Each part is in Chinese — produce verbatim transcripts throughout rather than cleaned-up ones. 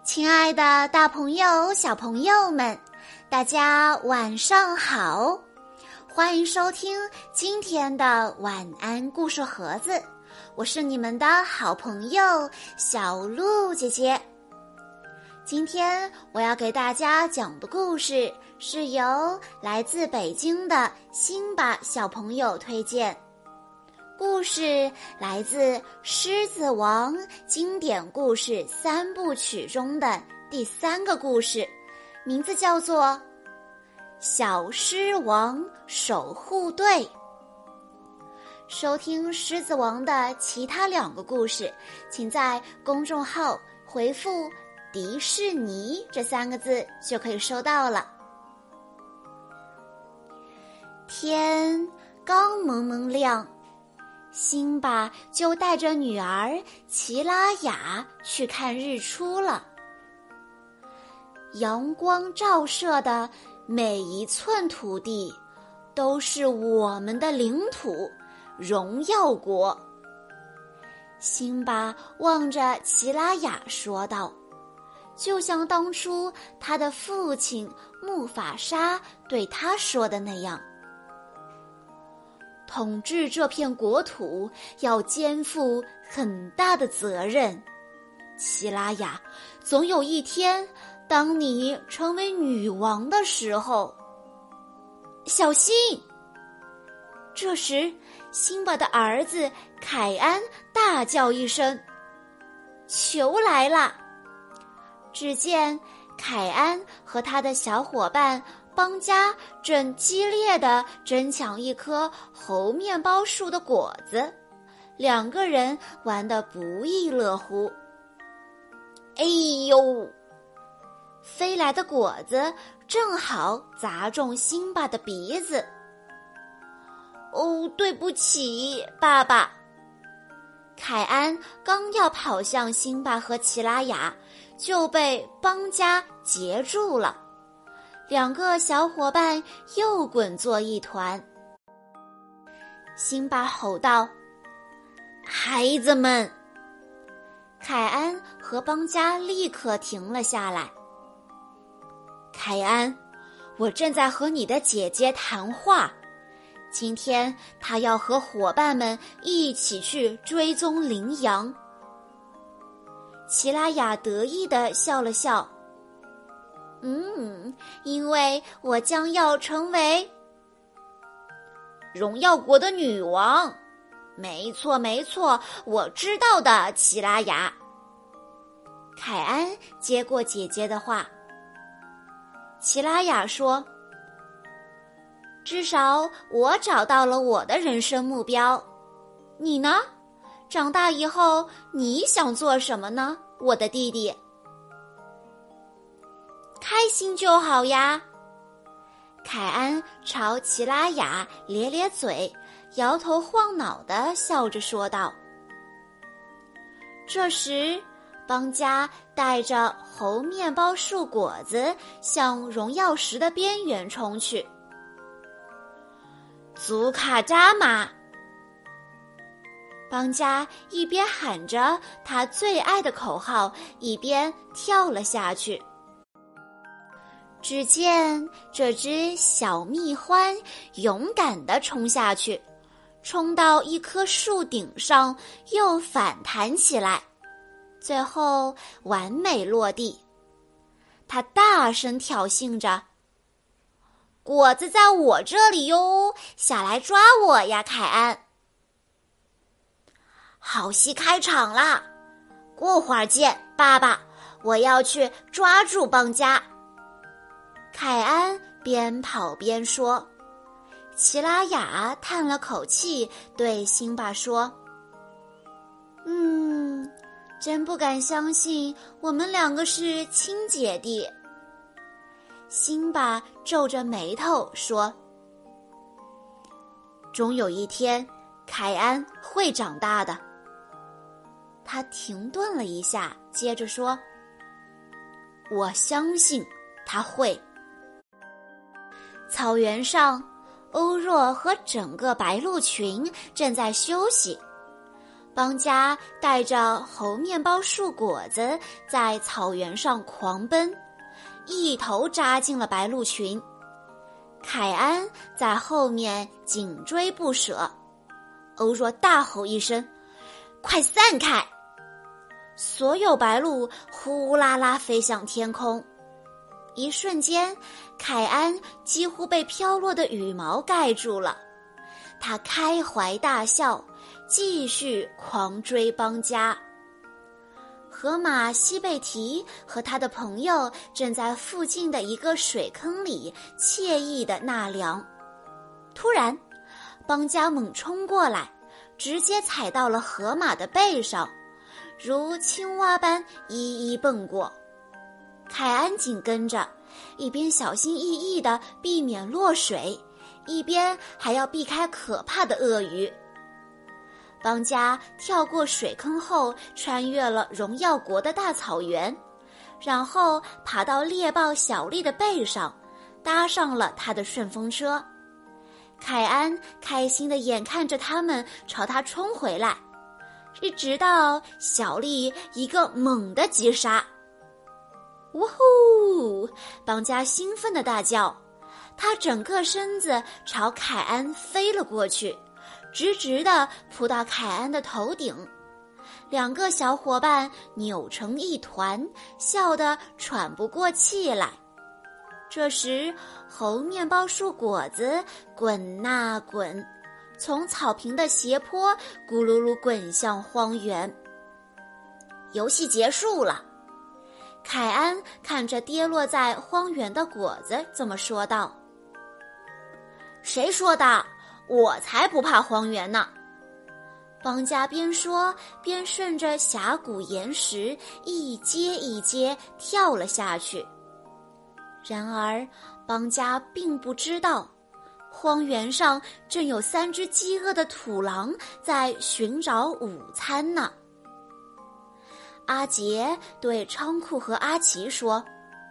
亲爱的大朋友、小朋友们，大家晚上好！欢迎收听今天的晚安故事盒子，我是你们的好朋友小鹿姐姐。今天我要给大家讲的故事是由来自北京的辛巴小朋友推荐。故事来自《狮子王》经典故事三部曲中的第三个故事，名字叫做《小狮王守护队》。收听《狮子王》的其他两个故事，请在公众号回复迪士尼这三个字就可以收到了。天刚蒙蒙亮，辛巴就带着女儿奇拉雅去看日出了。阳光照射的每一寸土地都是我们的领土，荣耀国。辛巴望着奇拉雅说道，就像当初他的父亲木法沙对他说的那样，统治这片国土要肩负很大的责任。奇拉雅，总有一天，当你成为女王的时候，小心！这时，辛巴的儿子凯安大叫一声：“球来了！”只见凯安和他的小伙伴邦加正激烈地争抢一棵猴面包树的果子，两个人玩得不亦乐乎。哎呦！飞来的果子正好砸中辛巴的鼻子。哦，对不起，爸爸。凯安刚要跑向辛巴和奇拉雅，就被邦加截住了。两个小伙伴又滚作一团。辛巴吼道：“孩子们！”凯安和邦加立刻停了下来。凯安，我正在和你的姐姐谈话。今天她要和伙伴们一起去追踪羚羊。奇拉雅得意地笑了笑。嗯，因为我将要成为荣耀国的女王。没错没错，我知道的，奇拉雅。凯安接过姐姐的话。奇拉雅说，至少我找到了我的人生目标。你呢？长大以后你想做什么呢，我的弟弟？开心就好呀。凯安朝奇拉雅咧咧嘴，摇头晃脑地笑着说道。这时邦加带着猴面包树果子向荣耀石的边缘冲去。祖卡扎玛！邦加一边喊着他最爱的口号，一边跳了下去。只见这只小蜜獾勇敢地冲下去，冲到一棵树顶上，又反弹起来，最后完美落地。他大声挑衅着：“果子在我这里哟，下来抓我呀，凯安！”好戏开场啦！过会儿见，爸爸，我要去抓住邦加。凯安边跑边说。奇拉雅叹了口气，对辛巴说：“嗯，真不敢相信我们两个是亲姐弟。”辛巴皱着眉头说：“终有一天，凯安会长大的。”他停顿了一下，接着说：“我相信他会。”草原上，欧若和整个白鹿群正在休息。 邦加带着猴面包树果子在草原上狂奔，一头扎进了白鹿群。凯安在后面紧追不舍。欧若大吼一声：“快散开！”所有白鹭呼啦啦飞向天空。一瞬间，凯安几乎被飘落的羽毛盖住了。他开怀大笑，继续狂追邦加。河马西贝提和他的朋友正在附近的一个水坑里惬意地纳凉。突然，邦加猛冲过来，直接踩到了河马的背上，如青蛙般一一蹦过。凯安紧跟着，一边小心翼翼地避免落水，一边还要避开可怕的鳄鱼。邦加跳过水坑后，穿越了荣耀国的大草原，然后爬到猎豹小丽的背上，搭上了他的顺风车。凯安开心地眼看着他们朝他冲回来，一直到小丽一个猛的急刹。呜呼！邦加兴奋地大叫，他整个身子朝凯安飞了过去，直直地扑到凯安的头顶。两个小伙伴扭成一团，笑得喘不过气来。这时，猴面包树果子滚呐滚，从草坪的斜坡咕噜噜滚向荒原。游戏结束了，凯安看着跌落在荒原的果子，这么说道：“谁说的？我才不怕荒原呢！”邦加边说边顺着峡谷岩石一阶一阶跳了下去。然而，邦加并不知道，荒原上正有三只饥饿的土狼在寻找午餐呢。阿杰对仓库和阿奇说：“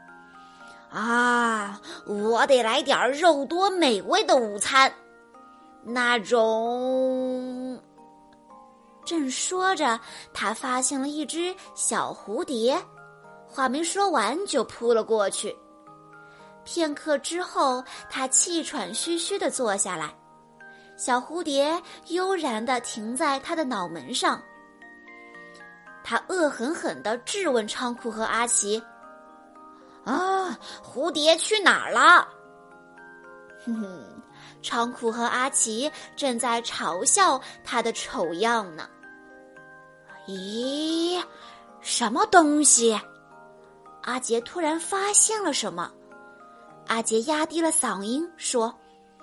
啊，我得来点肉多美味的午餐，那种……”正说着，他发现了一只小蝴蝶，话没说完就扑了过去。片刻之后，他气喘吁吁地坐下来，小蝴蝶悠然地停在他的脑门上。他恶狠狠地质问仓库和阿奇：“啊，蝴蝶去哪儿了？”哼哼，仓库和阿奇正在嘲笑他的丑样呢。咦，什么东西？阿杰突然发现了什么。阿杰压低了嗓音说：“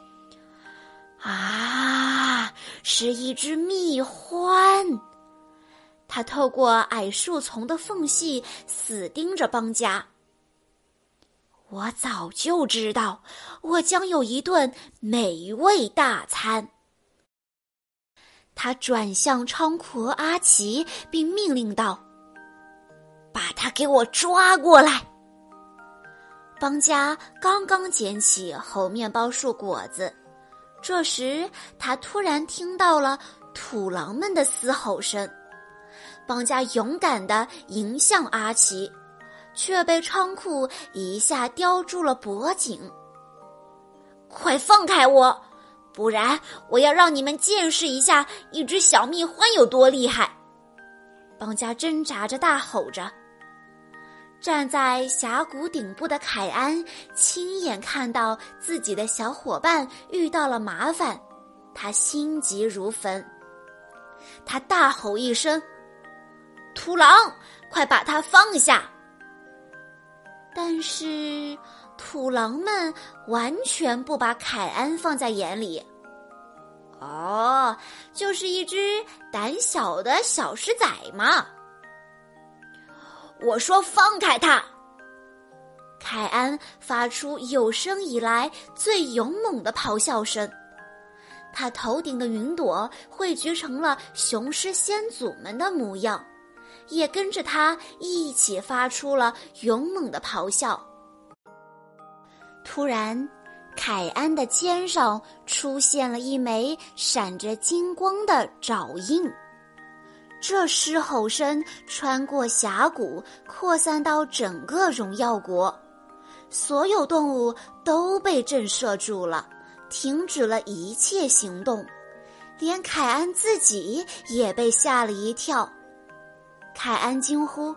啊，是一只蜜獾！”他透过矮树丛的缝隙死盯着邦加。我早就知道，我将有一顿美味大餐。他转向仓库和阿奇，并命令道：“把他给我抓过来！”邦加刚刚捡起猴面包树果子，这时他突然听到了土狼们的嘶吼声。邦加勇敢地迎向阿奇，却被仓库一下叼住了脖颈。“快放开我，不然我要让你们见识一下一只小蜜獾有多厉害！”邦加挣扎着大吼着。站在峡谷顶部的凯安亲眼看到自己的小伙伴遇到了麻烦，他心急如焚。他大吼一声：“土狼，快把他放下！”但是土狼们完全不把凯安放在眼里。哦，就是一只胆小的小狮仔嘛。我说放开他！凯安发出有生以来最勇猛的咆哮声，他头顶的云朵汇聚成了雄狮先祖们的模样，也跟着他一起发出了勇猛的咆哮。突然，凯安的肩上出现了一枚闪着金光的爪印， 这狮吼声穿过峡谷，扩散到整个荣耀国，所有动物都被震慑住了，停止了一切行动，连凯安自己也被吓了一跳。凯安惊呼：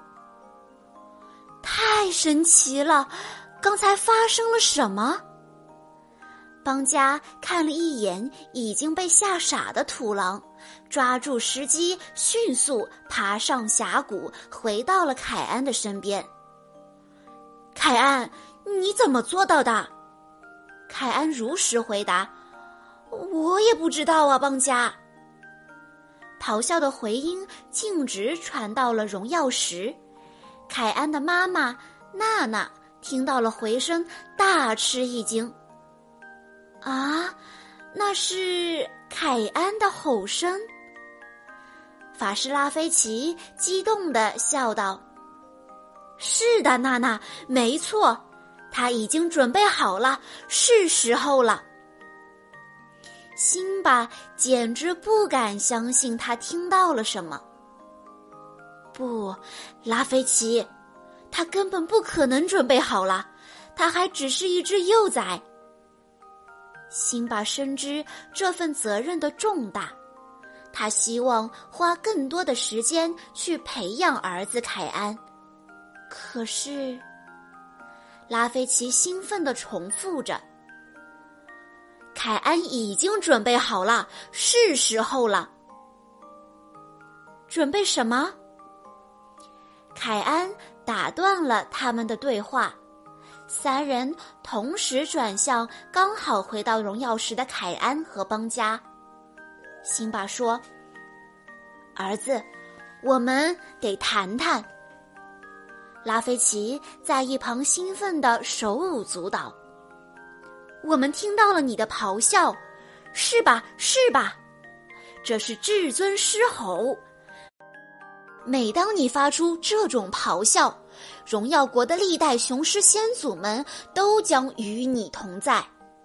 太神奇了，刚才发生了什么？邦加看了一眼已经被吓傻的土狼，抓住时机，迅速爬上峡谷，回到了凯安的身边。凯安，你怎么做到的？凯安如实回答：我也不知道啊，邦加。咆哮的回音径直传到了荣耀石，凯安的妈妈娜娜听到了回声，大吃一惊。啊，那是凯安的吼声。法师拉菲奇激动地笑道：是的，娜娜，没错，他已经准备好了，是时候了。辛巴简直不敢相信他听到了什么。不，拉菲奇，他根本不可能准备好了，他还只是一只幼崽。辛巴深知这份责任的重大，他希望花更多的时间去培养儿子凯安。可是，拉菲奇兴奋地重复着：凯安已经准备好了，是时候了。准备什么？凯安打断了他们的对话。三人同时转向刚好回到荣耀石的凯安和邦加。辛巴说：儿子，我们得谈谈。拉菲奇在一旁兴奋地手舞足蹈。我们听到了你的咆哮，是吧，是吧？这是至尊狮吼。每当你发出这种咆哮，荣耀国的历代雄狮先祖们都将与你同在。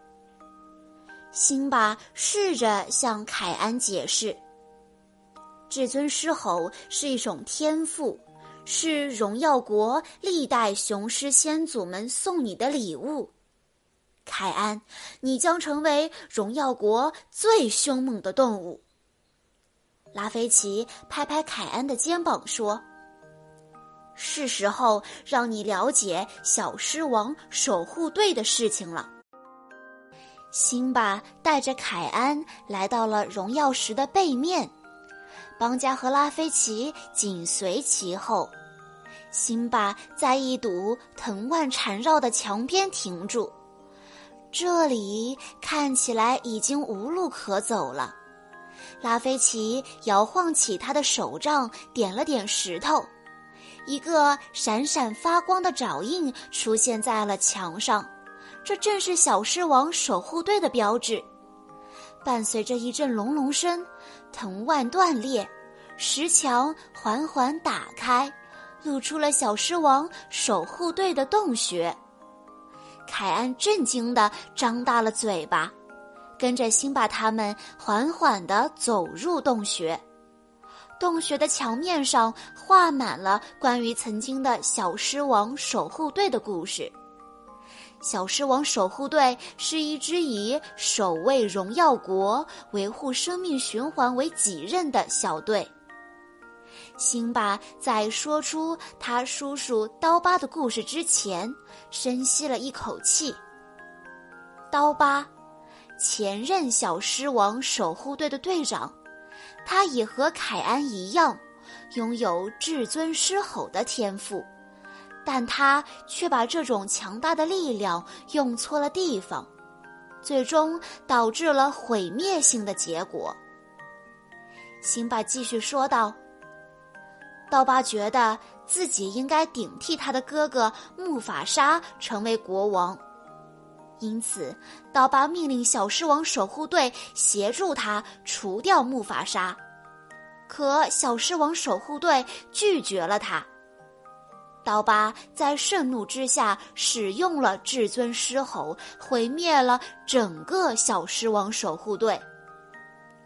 辛巴试着向凯安解释，至尊狮吼是一种天赋，是荣耀国历代雄狮先祖们送你的礼物。凯安，你将成为荣耀国最凶猛的动物。拉菲奇拍拍凯安的肩膀说：是时候让你了解小狮王守护队的事情了。辛巴带着凯安来到了荣耀石的背面，邦加和拉菲奇紧随其后。辛巴在一堵藤蔓缠绕的墙边停住，这里看起来已经无路可走了。拉菲奇摇晃起他的手杖，点了点石头，一个闪闪发光的爪印出现在了墙上，这正是小狮王守护队的标志。伴随着一阵隆隆声，藤蔓断裂，石墙缓缓打开，露出了小狮王守护队的洞穴。凯安震惊地张大了嘴巴，跟着辛巴他们缓缓地走入洞穴。洞穴的墙面上画满了关于曾经的小狮王守护队的故事。小狮王守护队是一支以守卫荣耀国、维护生命循环为己任的小队。辛巴在说出他叔叔刀疤的故事之前，深吸了一口气。刀疤，前任小狮王守护队的队长，他也和凯安一样，拥有至尊狮吼的天赋，但他却把这种强大的力量用错了地方，最终导致了毁灭性的结果。辛巴继续说道：刀疤觉得自己应该顶替他的哥哥木法沙成为国王，因此刀疤命令小狮王守护队协助他除掉木法沙，可小狮王守护队拒绝了他。刀疤在盛怒之下使用了至尊狮吼，毁灭了整个小狮王守护队。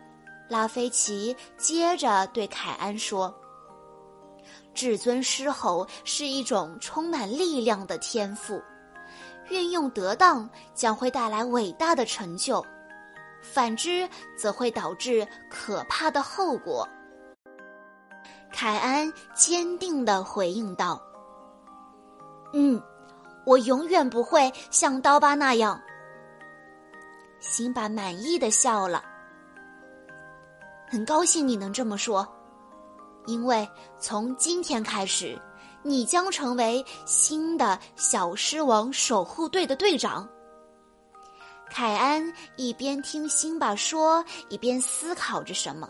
拉菲奇接着对凯安说：“至尊狮吼是一种充满力量的天赋，运用得当将会带来伟大的成就，反之则会导致可怕的后果。”凯安坚定地回应道：“嗯，我永远不会像刀疤那样。”辛巴满意地笑了。很高兴你能这么说，因为从今天开始，你将成为新的小狮王守护队的队长。凯安一边听辛巴说，一边思考着什么。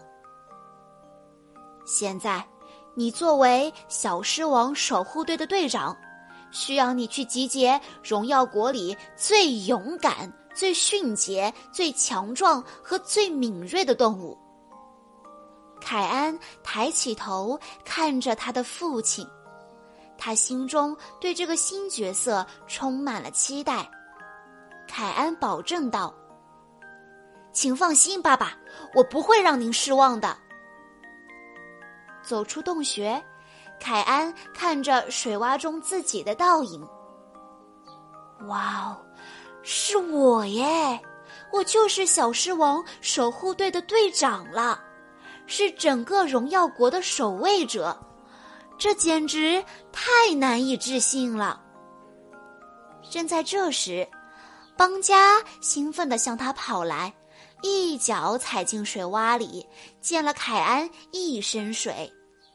现在，你作为小狮王守护队的队长，需要你去集结荣耀国里最勇敢、最迅捷、最强壮和最敏锐的动物。凯安抬起头看着他的父亲，他心中对这个新角色充满了期待。凯安保证道：“请放心，爸爸，我不会让您失望的。”走出洞穴，凯安看着水洼中自己的倒影。哇哦，是我耶！我就是小狮王守护队的队长了，是整个荣耀国的守卫者，这简直太难以置信了。正在这时，邦加兴奋地向他跑来，一脚踩进水洼里，溅了凯安一身水。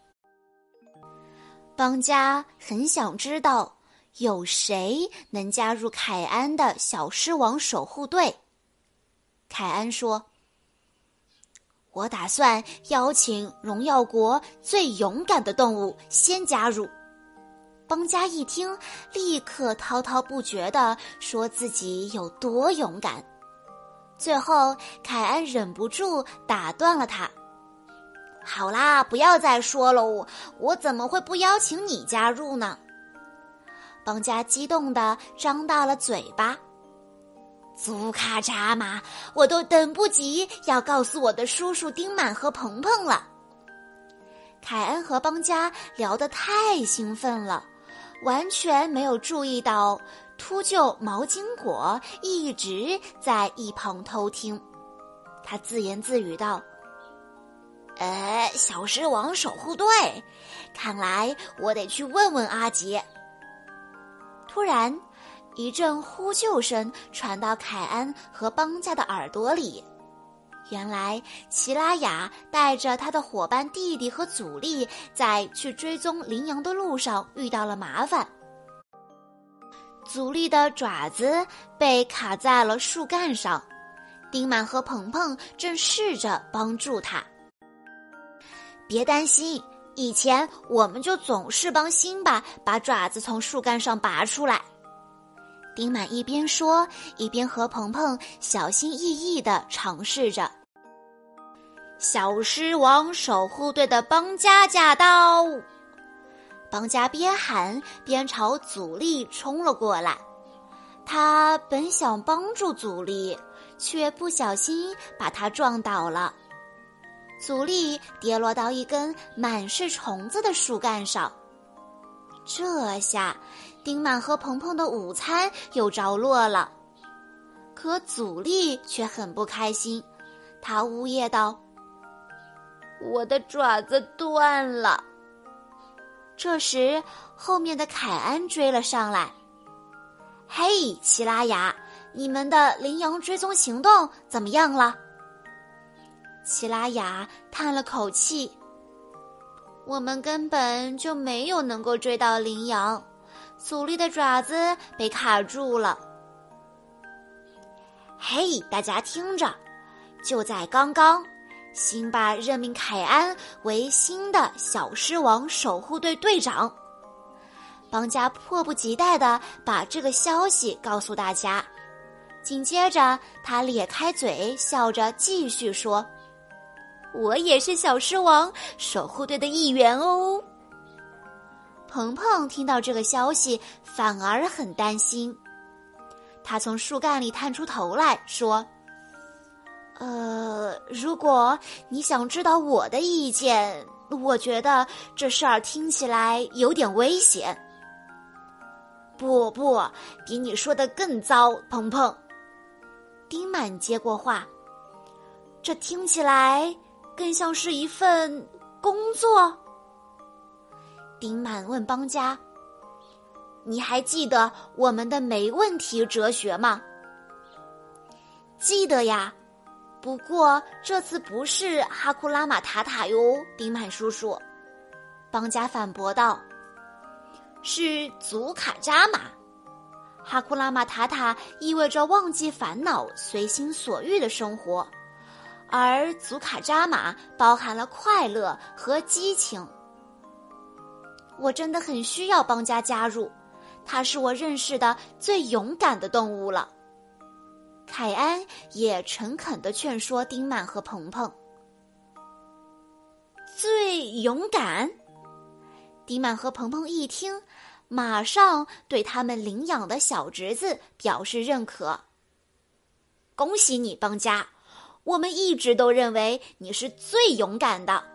邦加很想知道有谁能加入凯安的小狮王守护队。凯安说：“我打算邀请荣耀国最勇敢的动物先加入。”邦加一听，立刻滔滔不绝地说自己有多勇敢。最后，凯安忍不住打断了他：“好啦，不要再说喽，我怎么会不邀请你加入呢？”邦加激动地张大了嘴巴：“祖卡扎玛，我都等不及要告诉我的叔叔丁满和鹏鹏了。”凯恩和邦加聊得太兴奋了，完全没有注意到秃鹫毛巾果一直在一旁偷听。他自言自语道：“呃，小狮王守护队，看来我得去问问阿杰。”突然，一阵呼救声传到凯安和邦加的耳朵里。原来，齐拉雅带着他的伙伴弟弟和祖利，在去追踪羚羊的路上遇到了麻烦。祖利的爪子被卡在了树干上，丁满和鹏鹏正试着帮助他。别担心，以前我们就总是帮辛巴把爪子从树干上拔出来。丁满一边说，一边和鹏鹏小心翼翼地尝试着。小狮王守护队的邦加驾到！邦加边喊边朝祖利冲了过来。他本想帮助祖利，却不小心把他撞倒了。祖利跌落到一根满是虫子的树干上。这下丁满和鹏鹏的午餐又着落了。可祖利却很不开心，他呜咽道：“我的爪子断了。”这时，后面的凯安追了上来。“嘿，齐拉雅，你们的羚羊追踪行动怎么样了？”齐拉雅叹了口气：“我们根本就没有能够追到羚羊，祖利的爪子被卡住了。”嘿，大家听着，就在刚刚，辛巴任命凯安为新的小狮王守护队队长。邦加迫不及待地把这个消息告诉大家，紧接着他咧开嘴笑着继续说：“我也是小狮王守护队的一员哦。”鹏鹏听到这个消息反而很担心，他从树干里探出头来说：“ 呃，如果你想知道我的意见，我觉得这事儿听起来有点危险。不不，比你说的更糟，鹏鹏。丁满接过话，这听起来更像是一份工作。丁满问邦家，你还记得我们的没问题哲学吗？记得呀，不过这次不是哈库拉马塔塔哟，丁满叔叔。邦家反驳道，是祖卡扎马。哈库拉马塔塔意味着忘记烦恼、随心所欲的生活，而祖卡扎马包含了快乐和激情。我真的很需要邦家加入，它是我认识的最勇敢的动物了。凯安也诚恳地劝说丁满和鹏鹏。最勇敢？丁满和鹏鹏一听，马上对他们领养的小侄子表示认可。恭喜你，邦家，我们一直都认为你是最勇敢的。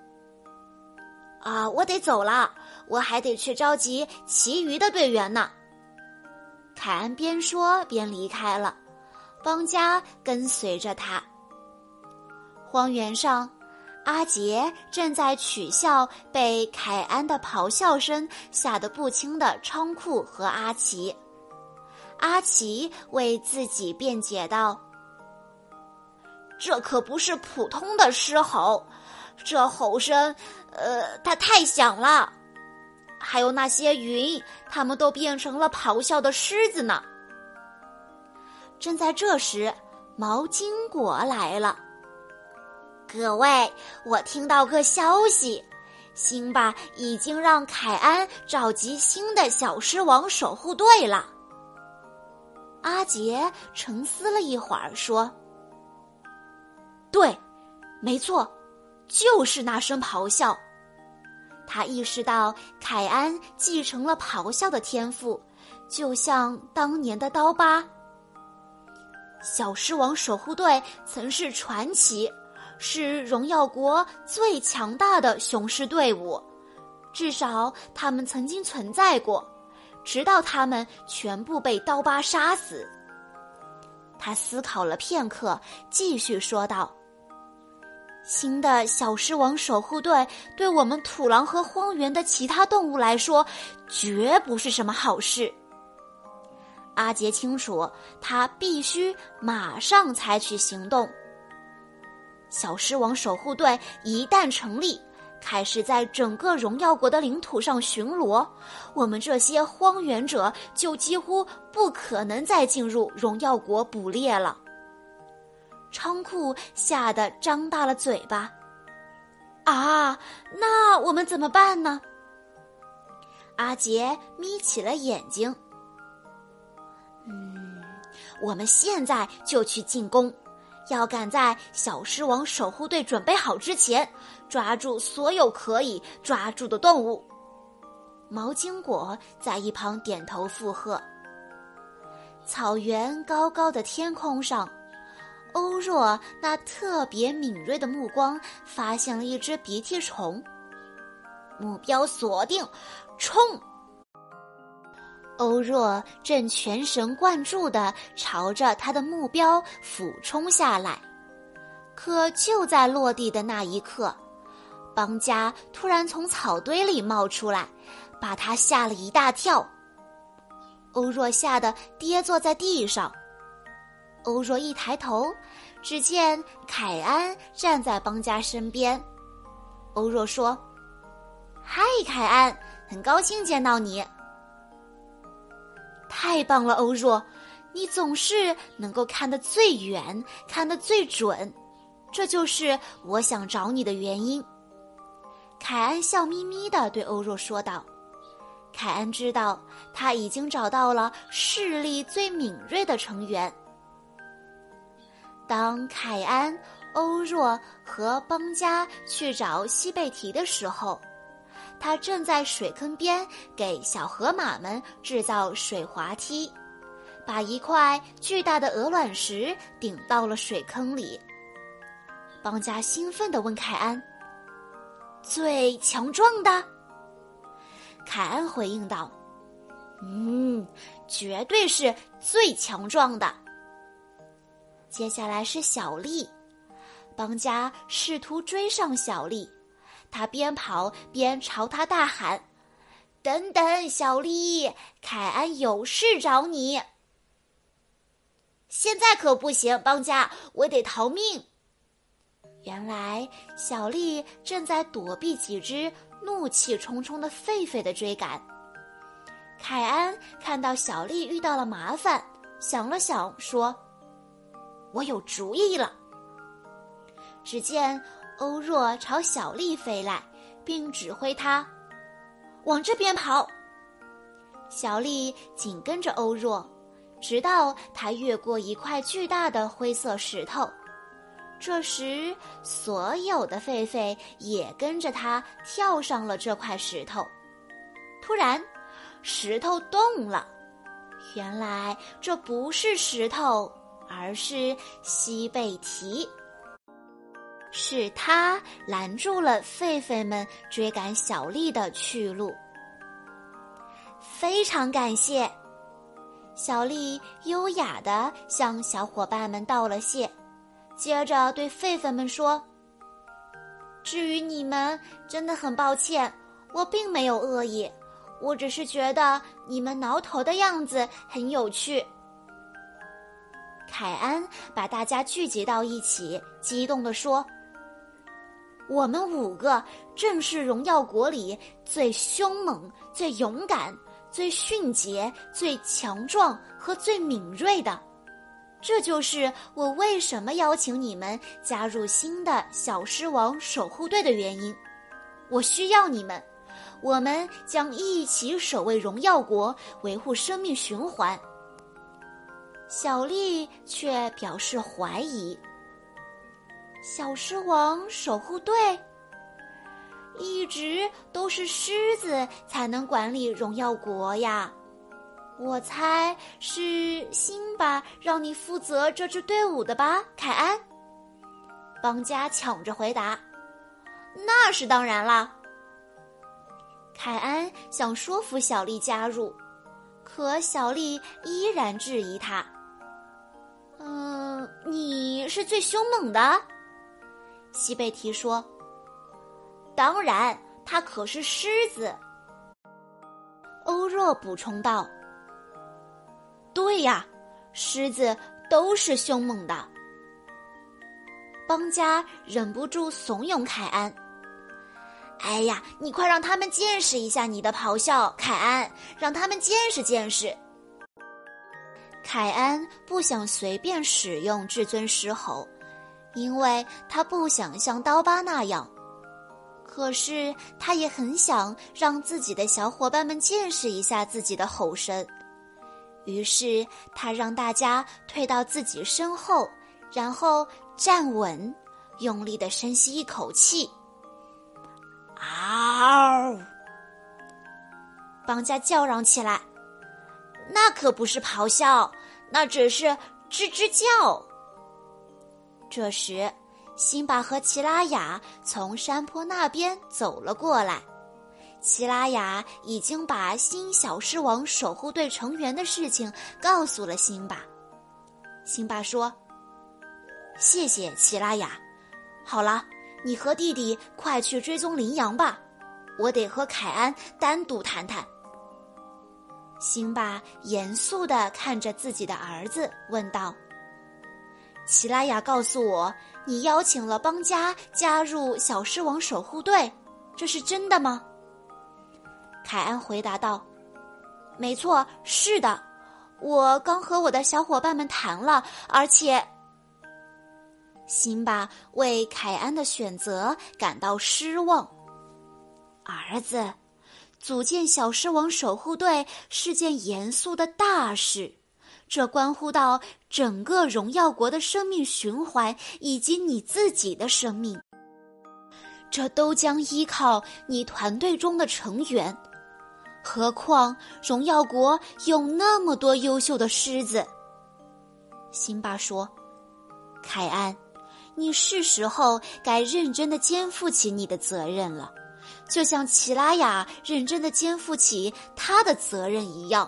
啊，我得走了，我还得去召集其余的队员呢。凯安边说边离开了，邦家跟随着他。荒原上，阿杰正在取笑被凯安的咆哮声吓得不轻的仓库和阿奇。阿奇为自己辩解道，这可不是普通的狮吼，这吼声呃，它太响了，还有那些云，它们都变成了咆哮的狮子呢。正在这时，毛巾果来了。各位，我听到个消息，辛巴已经让凯安召集新的小狮王守护队了。阿杰沉思了一会儿说，对，没错，就是那声咆哮。他意识到凯安继承了咆哮的天赋，就像当年的刀疤。小狮王守护队曾是传奇，是荣耀国最强大的雄狮队伍，至少他们曾经存在过，直到他们全部被刀疤杀死。他思考了片刻，继续说道，新的小狮王守护队对我们土狼和荒原的其他动物来说绝不是什么好事。阿杰清楚，他必须马上采取行动。小狮王守护队一旦成立，开始在整个荣耀国的领土上巡逻，我们这些荒原者就几乎不可能再进入荣耀国捕猎了。仓库吓得张大了嘴巴。啊，那我们怎么办呢？阿杰眯起了眼睛。嗯，我们现在就去进攻，要赶在小狮王守护队准备好之前，抓住所有可以抓住的动物。毛巾果在一旁点头附和。草原高高的天空上，欧若那特别敏锐的目光发现了一只鼻涕虫。目标锁定，冲！欧若正全神贯注地朝着他的目标俯冲下来，可就在落地的那一刻，邦家突然从草堆里冒出来，把他吓了一大跳。欧若吓得跌坐在地上。欧若一抬头，只见凯安站在邦家身边。欧若说：“嗨，凯安，很高兴见到你。”太棒了，欧若，你总是能够看得最远，看得最准，这就是我想找你的原因。凯安笑眯眯地对欧若说道。凯安知道他已经找到了视力最敏锐的成员。当凯安、欧若和邦家去找西贝提的时候，他正在水坑边给小河马们制造水滑梯，把一块巨大的鹅卵石顶到了水坑里。 邦加兴奋地问凯安：“最强壮的？”凯安回应道：“嗯，绝对是最强壮的。”接下来是小丽，邦加试图追上小丽，他边跑边朝她大喊：“等等，小丽，凯安有事找你。”“现在可不行，邦加，我得逃命。”原来小丽正在躲避几只怒气冲冲的狒狒的追赶。凯安看到小丽遇到了麻烦，想了想说：“我有主意了。”只见欧若朝小丽飞来，并指挥她往这边跑。小丽紧跟着欧若，直到她越过一块巨大的灰色石头。这时，所有的狒狒也跟着她跳上了这块石头。突然，石头动了。原来这不是石头，而是西贝提。是他拦住了狒狒们追赶小丽的去路。非常感谢，小丽优雅地向小伙伴们道了谢，接着对狒狒们说：“至于你们，真的很抱歉，我并没有恶意，我只是觉得你们挠头的样子很有趣。”凯安把大家聚集到一起，激动地说：“我们五个正是荣耀国里最凶猛、最勇敢、最迅捷、最强壮和最敏锐的。这就是我为什么邀请你们加入新的小狮王守护队的原因。我需要你们，我们将一起守卫荣耀国，维护生命循环。”小丽却表示怀疑。小狮王守护队一直都是狮子才能管理荣耀国呀，我猜是辛巴让你负责这支队伍的吧，凯安？邦加抢着回答：“那是当然啦。”凯安想说服小丽加入，可小丽依然质疑他：“嗯，你是最凶猛的？”西贝提说：“当然，他可是狮子。”欧若补充道：“对呀，狮子都是凶猛的。”邦加忍不住怂恿凯安：“哎呀，你快让他们见识一下你的咆哮，凯安，让他们见识见识。”凯安不想随便使用至尊狮吼，因为他不想像刀疤那样，可是他也很想让自己的小伙伴们见识一下自己的吼声。于是他让大家退到自己身后，然后站稳，用力地深吸一口气。嗷！邦加叫嚷起来：“那可不是咆哮，那只是吱吱叫。”这时，辛巴和奇拉雅从山坡那边走了过来。奇拉雅已经把新小狮王守护队成员的事情告诉了辛巴。辛巴说：“谢谢奇拉雅。好了，你和弟弟快去追踪羚羊吧，我得和凯安单独谈谈。”辛巴严肃地看着自己的儿子，问道：“奇拉雅告诉我，你邀请了邦加加入小狮王守护队，这是真的吗？”凯安回答道：“没错，是的，我刚和我的小伙伴们谈了，而且……”辛巴为凯安的选择感到失望。儿子，组建小狮王守护队是件严肃的大事，这关乎到整个荣耀国的生命循环以及你自己的生命，这都将依靠你团队中的成员。何况荣耀国有那么多优秀的狮子。辛巴说：“凯安， 你是时候该认真地肩负起你的责任了，就像齐拉雅认真地肩负起他的责任一样。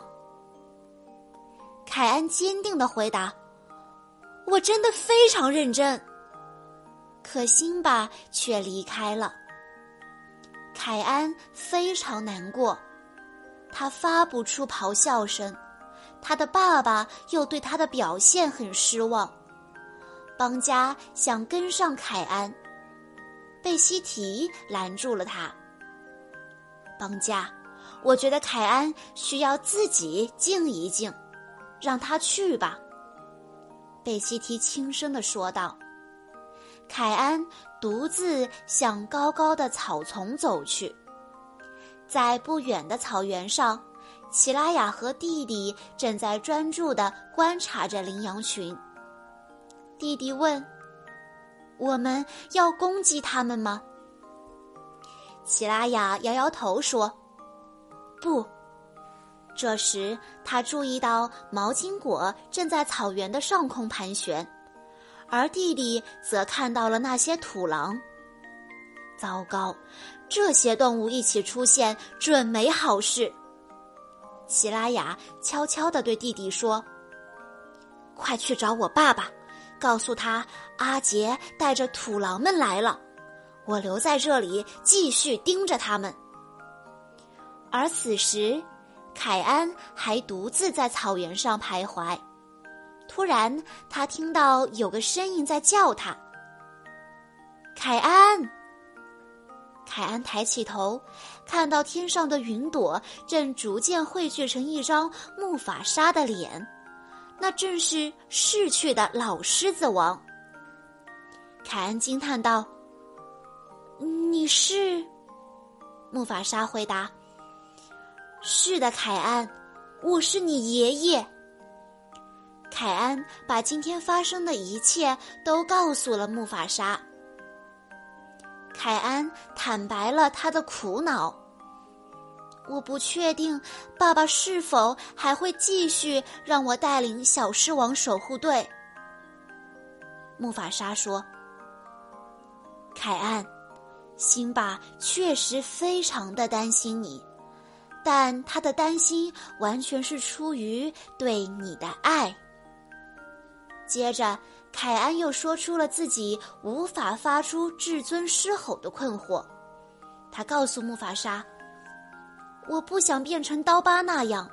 凯安坚定地回答：我真的非常认真。可辛巴却离开了。凯安非常难过，他发不出咆哮声，他的爸爸又对他的表现很失望。邦加想跟上凯安，贝西提拦住了他。邦加，我觉得凯安需要自己静一静，让他去吧。贝西提轻声地说道。凯安独自向高高的草丛走去。在不远的草原上，齐拉雅和弟弟正在专注地观察着羚羊群。弟弟问：我们要攻击他们吗？齐拉雅摇摇头说：不。这时他注意到毛巾果正在草原的上空盘旋，而弟弟则看到了那些土狼。糟糕，这些动物一起出现准没好事。齐拉雅悄悄地对弟弟说：快去找我爸爸，告诉他阿杰带着土狼们来了，我留在这里继续盯着他们。而此时凯安还独自在草原上徘徊。突然他听到有个声音在叫他：凯安！凯安抬起头，看到天上的云朵正逐渐汇聚成一张木法沙的脸，那正是逝去的老狮子王。凯安惊叹道：你是？木法沙回答：是的，凯安，我是你爷爷。凯安把今天发生的一切都告诉了木法沙。凯安坦白了他的苦恼：我不确定爸爸是否还会继续让我带领小狮王守护队。木法沙说：凯安，辛巴确实非常的担心你，但他的担心完全是出于对你的爱。接着凯安又说出了自己无法发出至尊狮吼的困惑。他告诉木法沙：我不想变成刀疤那样。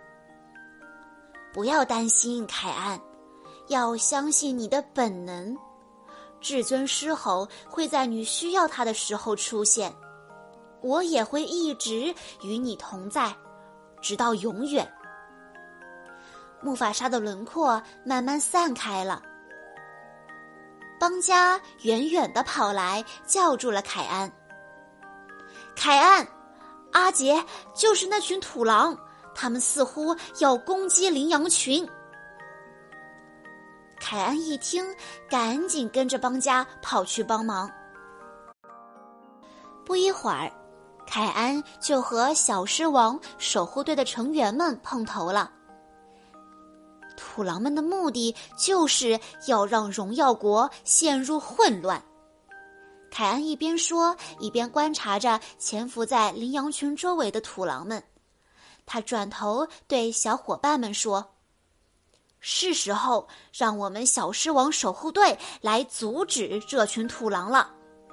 不要担心，凯安，要相信你的本能。至尊狮吼会在你需要它的时候出现，我也会一直与你同在，直到永远。木法沙的轮廓慢慢散开了。邦加远远地跑来，叫住了凯安。凯安，阿杰就是那群土狼，他们似乎要攻击羚羊群。凯安一听，赶紧跟着邦加跑去帮忙。不一会儿，凯安就和小狮王守护队的成员们碰头了。土狼们的目的就是要让荣耀国陷入混乱。凯安一边说，一边观察着潜伏在羚羊群周围的土狼们。他转头对小伙伴们说：是时候让我们小狮王守护队来阻止这群土狼了。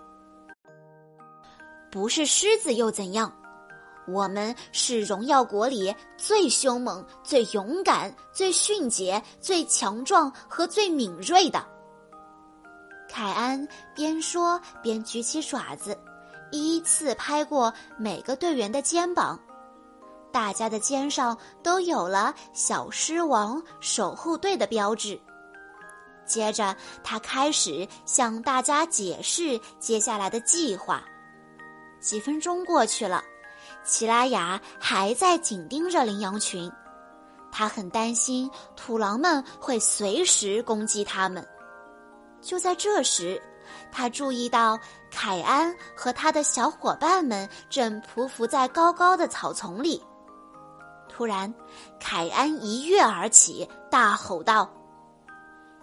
不是狮子又怎样？我们是荣耀国里最凶猛、最勇敢、最迅捷、最强壮和最敏锐的。凯安边说边举起爪子，依次拍过每个队员的肩膀。大家的肩上都有了小狮王守护队的标志。接着他开始向大家解释接下来的计划。几分钟过去了，齐拉雅还在紧盯着羚羊群，他很担心土狼们会随时攻击他们。就在这时，他注意到凯安和他的小伙伴们正匍匐在高高的草丛里。突然，凯安一跃而起，大吼道：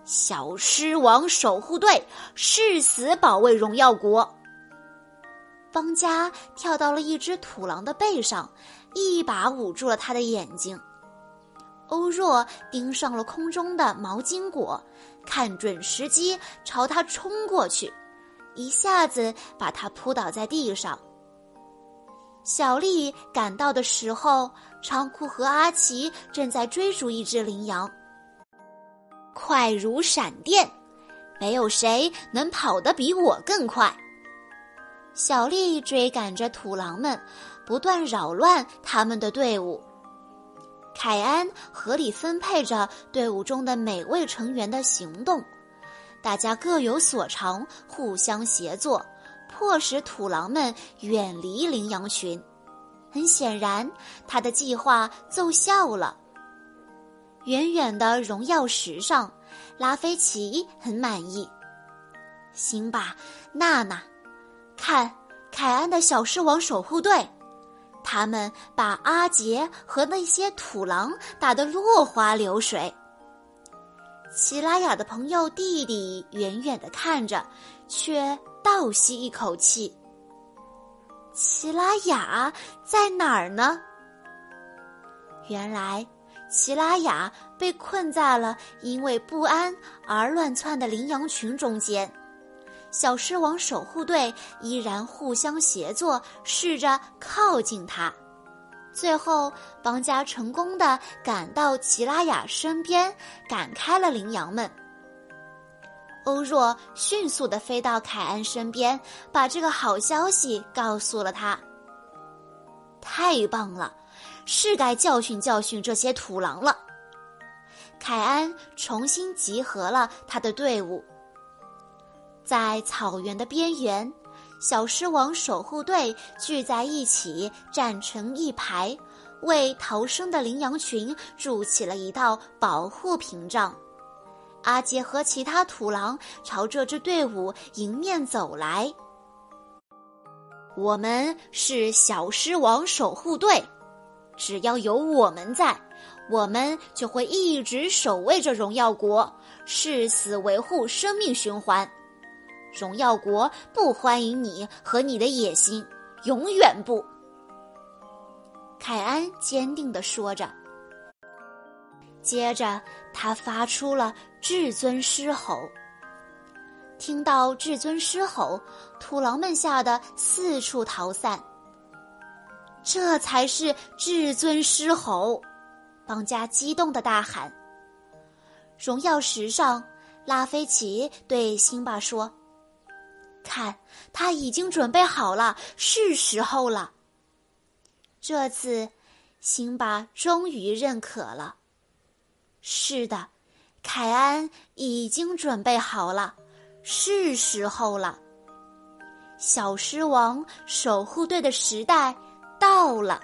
小狮王守护队誓死保卫荣耀国。邦加跳到了一只土狼的背上，一把捂住了他的眼睛。欧若盯上了空中的毛巾果，看准时机朝他冲过去，一下子把他扑倒在地上。小丽赶到的时候，长裤和阿奇正在追逐一只羚羊，快如闪电，没有谁能跑得比我更快。小丽追赶着土狼们，不断扰乱他们的队伍。凯安合理分配着队伍中的每位成员的行动，大家各有所长，互相协作，迫使土狼们远离羚羊群。很显然，他的计划奏效了。远远的荣耀石上，拉菲奇很满意。辛巴、娜娜，看，凯安的小狮王守护队，他们把阿杰和那些土狼打得落花流水。齐拉雅的朋友弟弟远远地看着，却倒吸一口气。齐拉雅在哪儿呢？原来齐拉雅被困在了因为不安而乱窜的羚羊群中间。小狮王守护队依然互相协作，试着靠近他。最后邦加成功地赶到齐拉雅身边，赶开了羚羊们。欧若迅速地飞到凯安身边，把这个好消息告诉了他。太棒了，是该教训教训这些土狼了。凯安重新集合了他的队伍。在草原的边缘，小狮王守护队聚在一起，站成一排，为逃生的羚羊群筑起了一道保护屏障。阿杰和其他土狼朝这支队伍迎面走来。我们是小狮王守护队，只要有我们在，我们就会一直守卫着荣耀国，誓死维护生命循环。荣耀国不欢迎你和你的野心，永远不。凯安坚定地说着。接着他发出了至尊狮吼。听到至尊狮吼，土狼们吓得四处逃散。这才是至尊狮吼！邦加激动地大喊。荣耀石上，拉菲奇对辛巴说：看，他已经准备好了，是时候了。这次辛巴终于认可了。是的，凯安已经准备好了，是时候了。小狮王守护队的时代到了。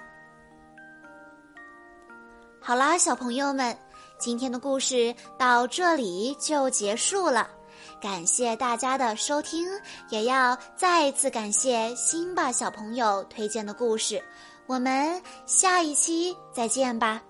好啦，小朋友们，今天的故事到这里就结束了。感谢大家的收听，也要再一次感谢辛巴小朋友推荐的故事。我们下一期再见吧。